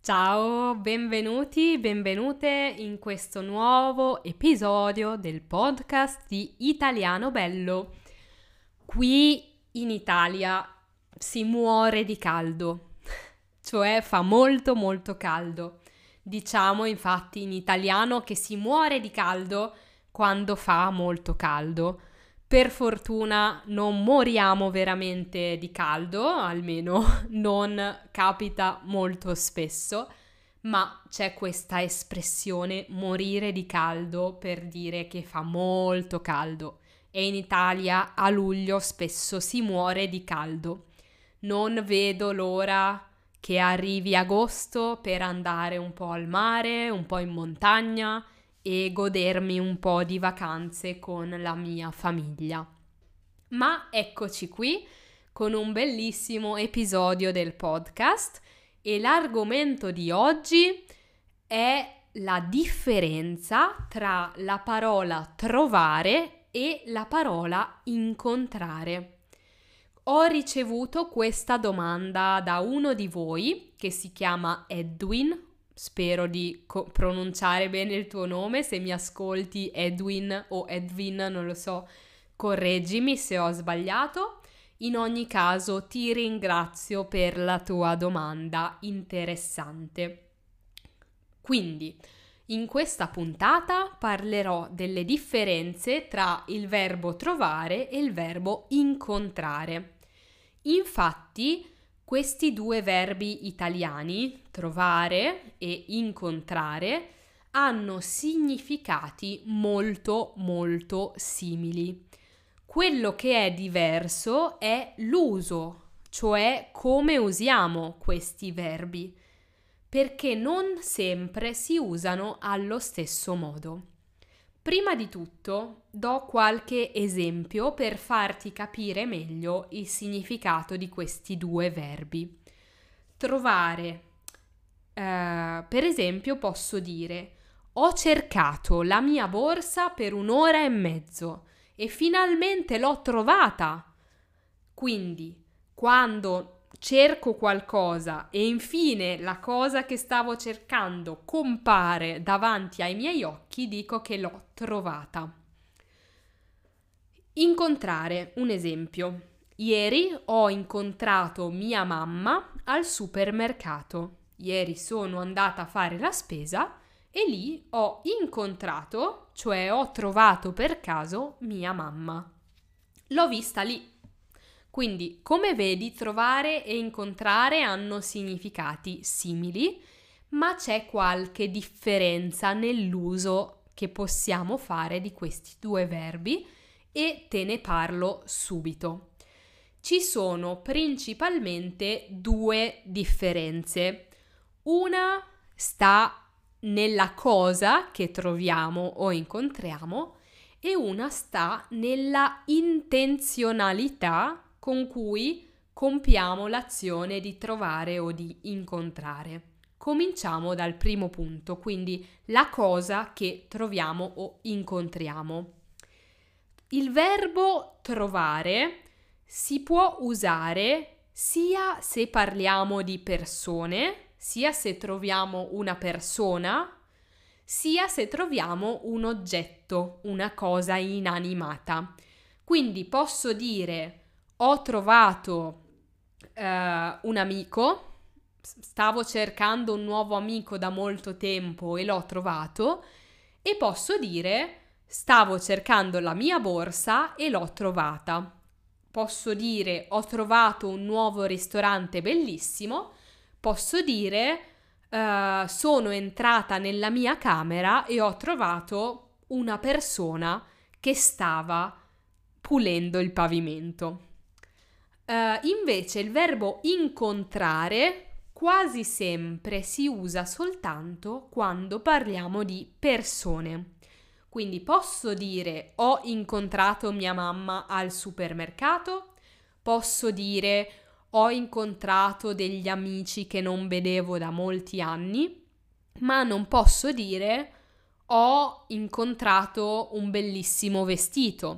Ciao, benvenuti, benvenute in questo nuovo episodio del podcast di Italiano Bello. Qui in Italia si muore di caldo, cioè fa molto molto caldo. Diciamo infatti in italiano che si muore di caldo quando fa molto caldo. Per fortuna non moriamo veramente di caldo, almeno non capita molto spesso, ma c'è questa espressione morire di caldo per dire che fa molto caldo e in Italia a luglio spesso si muore di caldo. Non vedo l'ora che arrivi agosto per andare un po' al mare, un po' in montagna e godermi un po' di vacanze con la mia famiglia. Ma eccoci qui con un bellissimo episodio del podcast e l'argomento di oggi è la differenza tra la parola trovare e la parola incontrare. Ho ricevuto questa domanda da uno di voi che si chiama Edwin. Spero di pronunciare bene il tuo nome, se mi ascolti Edwin o Edwin, non lo so, correggimi se ho sbagliato. In ogni caso ti ringrazio per la tua domanda interessante. Quindi, in questa puntata parlerò delle differenze tra il verbo trovare e il verbo incontrare. Infatti, questi due verbi italiani, trovare e incontrare, hanno significati molto molto simili. Quello che è diverso è l'uso, cioè come usiamo questi verbi, perché non sempre si usano allo stesso modo. Prima di tutto, do qualche esempio per farti capire meglio il significato di questi due verbi. Trovare. Per esempio, posso dire: ho cercato la mia borsa per 1 ora e mezzo e finalmente l'ho trovata. Quindi, quando cerco qualcosa e infine la cosa che stavo cercando compare davanti ai miei occhi, dico che l'ho trovata. Incontrare, un esempio. Ieri ho incontrato mia mamma al supermercato. Ieri sono andata a fare la spesa e lì ho incontrato, cioè ho trovato per caso mia mamma. L'ho vista lì. Quindi, come vedi, trovare e incontrare hanno significati simili, ma c'è qualche differenza nell'uso che possiamo fare di questi due verbi e te ne parlo subito. Ci sono principalmente due differenze. Una sta nella cosa che troviamo o incontriamo e una sta nella intenzionalità con cui compiamo l'azione di trovare o di incontrare. Cominciamo dal primo punto, quindi la cosa che troviamo o incontriamo. Il verbo trovare si può usare sia se parliamo di persone, sia se troviamo una persona, sia se troviamo un oggetto, una cosa inanimata. Quindi posso dire: ho trovato un amico, stavo cercando un nuovo amico da molto tempo e l'ho trovato, e posso dire: stavo cercando la mia borsa e l'ho trovata. Posso dire: ho trovato un nuovo ristorante bellissimo. Posso dire: sono entrata nella mia camera e ho trovato una persona che stava pulendo il pavimento. Invece il verbo incontrare quasi sempre si usa soltanto quando parliamo di persone. Quindi posso dire: ho incontrato mia mamma al supermercato, posso dire: ho incontrato degli amici che non vedevo da molti anni, ma non posso dire: ho incontrato un bellissimo vestito,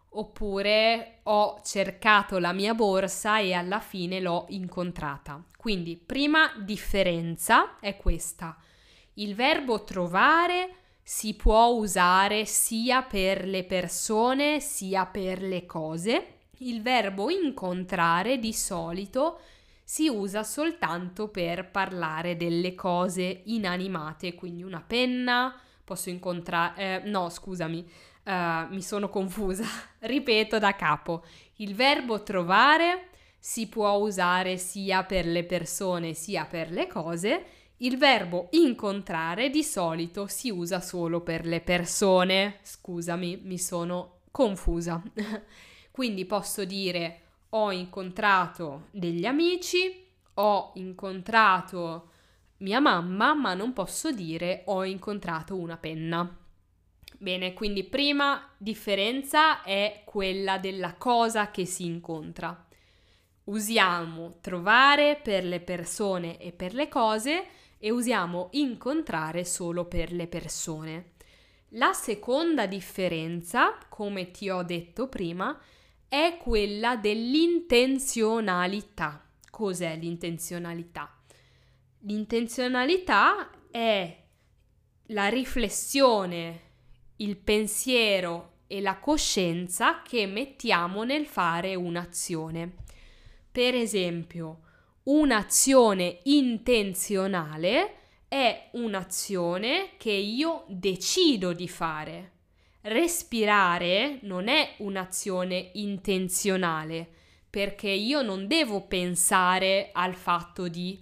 oppure ho cercato la mia borsa e alla fine l'ho incontrata. Quindi, prima differenza è questa. Il verbo trovare si può usare sia per le persone sia per le cose. Il verbo incontrare di solito si usa soltanto per parlare delle cose inanimate, quindi una penna, posso incontrare... no, scusami, mi sono confusa. Ripeto da capo. Il verbo trovare si può usare sia per le persone sia per le cose. Il verbo incontrare di solito si usa solo per le persone. Scusami, mi sono confusa. Quindi posso dire ho incontrato degli amici, ho incontrato mia mamma, ma non posso dire ho incontrato una penna. Bene, quindi prima differenza è quella della cosa che si incontra. Usiamo trovare per le persone e per le cose e usiamo incontrare solo per le persone. La seconda differenza, come ti ho detto prima, è quella dell'intenzionalità. Cos'è l'intenzionalità? L'intenzionalità è la riflessione, il pensiero e la coscienza che mettiamo nel fare un'azione. Per esempio, un'azione intenzionale è un'azione che io decido di fare. Respirare non è un'azione intenzionale, perché io non devo pensare al fatto di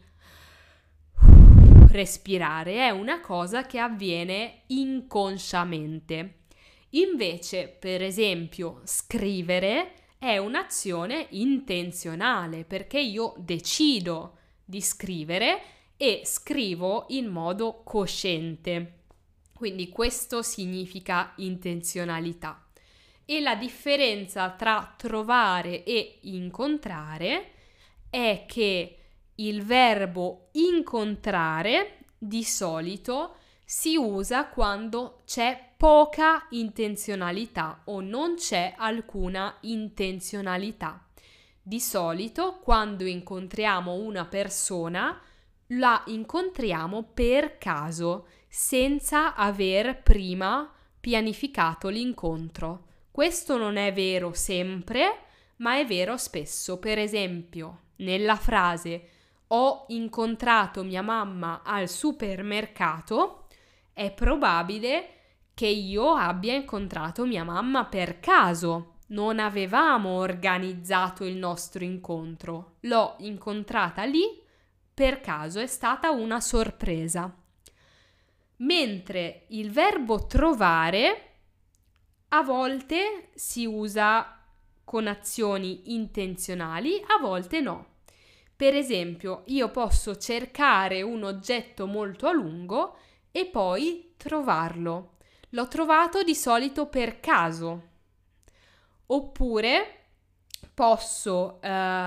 respirare, è una cosa che avviene inconsciamente. Invece, per esempio, scrivere è un'azione intenzionale, perché io decido di scrivere e scrivo in modo cosciente. Quindi questo significa intenzionalità. E la differenza tra trovare e incontrare è che il verbo incontrare di solito si usa quando c'è poca intenzionalità o non c'è alcuna intenzionalità. Di solito quando incontriamo una persona la incontriamo per caso, senza aver prima pianificato l'incontro. Questo non è vero sempre, ma è vero spesso. Per esempio, nella frase ho incontrato mia mamma al supermercato, è probabile che io abbia incontrato mia mamma per caso. Non avevamo organizzato il nostro incontro. L'ho incontrata lì per caso, è stata una sorpresa. Mentre il verbo trovare a volte si usa con azioni intenzionali, a volte no. Per esempio, io posso cercare un oggetto molto a lungo e poi trovarlo. L'ho trovato di solito per caso. Oppure posso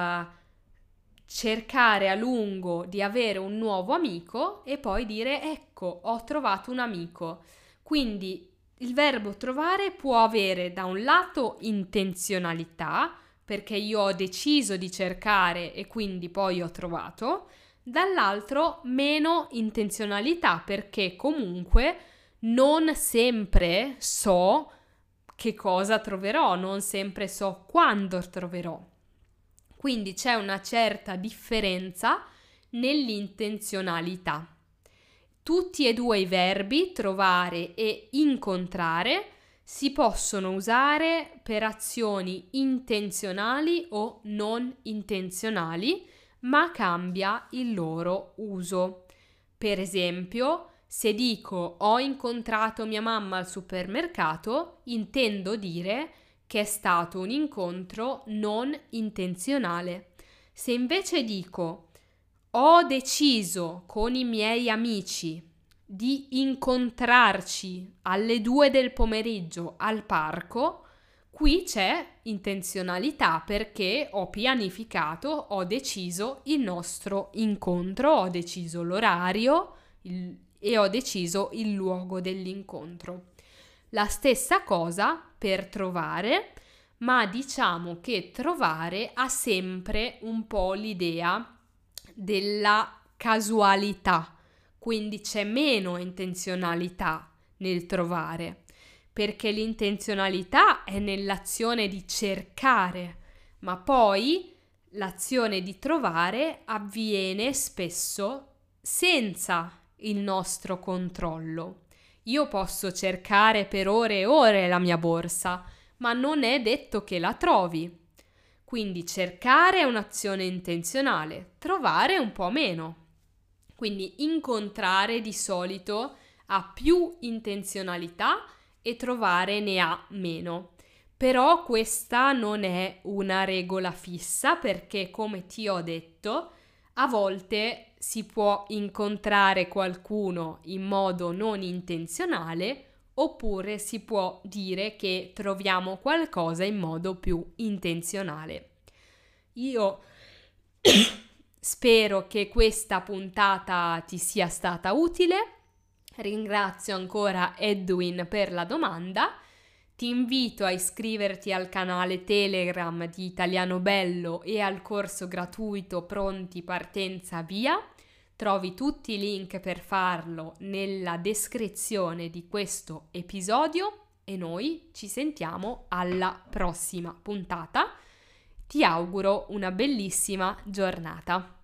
cercare a lungo di avere un nuovo amico e poi dire ecco, ho trovato un amico. Quindi il verbo trovare può avere da un lato intenzionalità, perché io ho deciso di cercare e quindi poi ho trovato, dall'altro meno intenzionalità, perché comunque non sempre so che cosa troverò, non sempre so quando troverò. Quindi c'è una certa differenza nell'intenzionalità. Tutti e due i verbi, trovare e incontrare, si possono usare per azioni intenzionali o non intenzionali, ma cambia il loro uso. Per esempio, se dico ho incontrato mia mamma al supermercato, intendo dire che è stato un incontro non intenzionale. Se invece dico ho deciso con i miei amici di incontrarci alle 2 del pomeriggio al parco, qui c'è intenzionalità perché ho pianificato, ho deciso il nostro incontro, ho deciso l'orario e ho deciso il luogo dell'incontro. La stessa cosa per trovare, ma diciamo che trovare ha sempre un po' l'idea della casualità, quindi c'è meno intenzionalità nel trovare, perché l'intenzionalità è nell'azione di cercare, ma poi l'azione di trovare avviene spesso senza il nostro controllo. Io posso cercare per ore e ore la mia borsa, ma non è detto che la trovi. Quindi cercare è un'azione intenzionale, trovare un po' meno. Quindi incontrare di solito ha più intenzionalità e trovare ne ha meno. Però questa non è una regola fissa perché, come ti ho detto, a volte si può incontrare qualcuno in modo non intenzionale oppure si può dire che troviamo qualcosa in modo più intenzionale. Io spero che questa puntata ti sia stata utile. Ringrazio ancora Edwin per la domanda. Ti invito a iscriverti al canale Telegram di Italiano Bello e al corso gratuito Pronti Partenza Via. Trovi tutti i link per farlo nella descrizione di questo episodio e noi ci sentiamo alla prossima puntata. Ti auguro una bellissima giornata.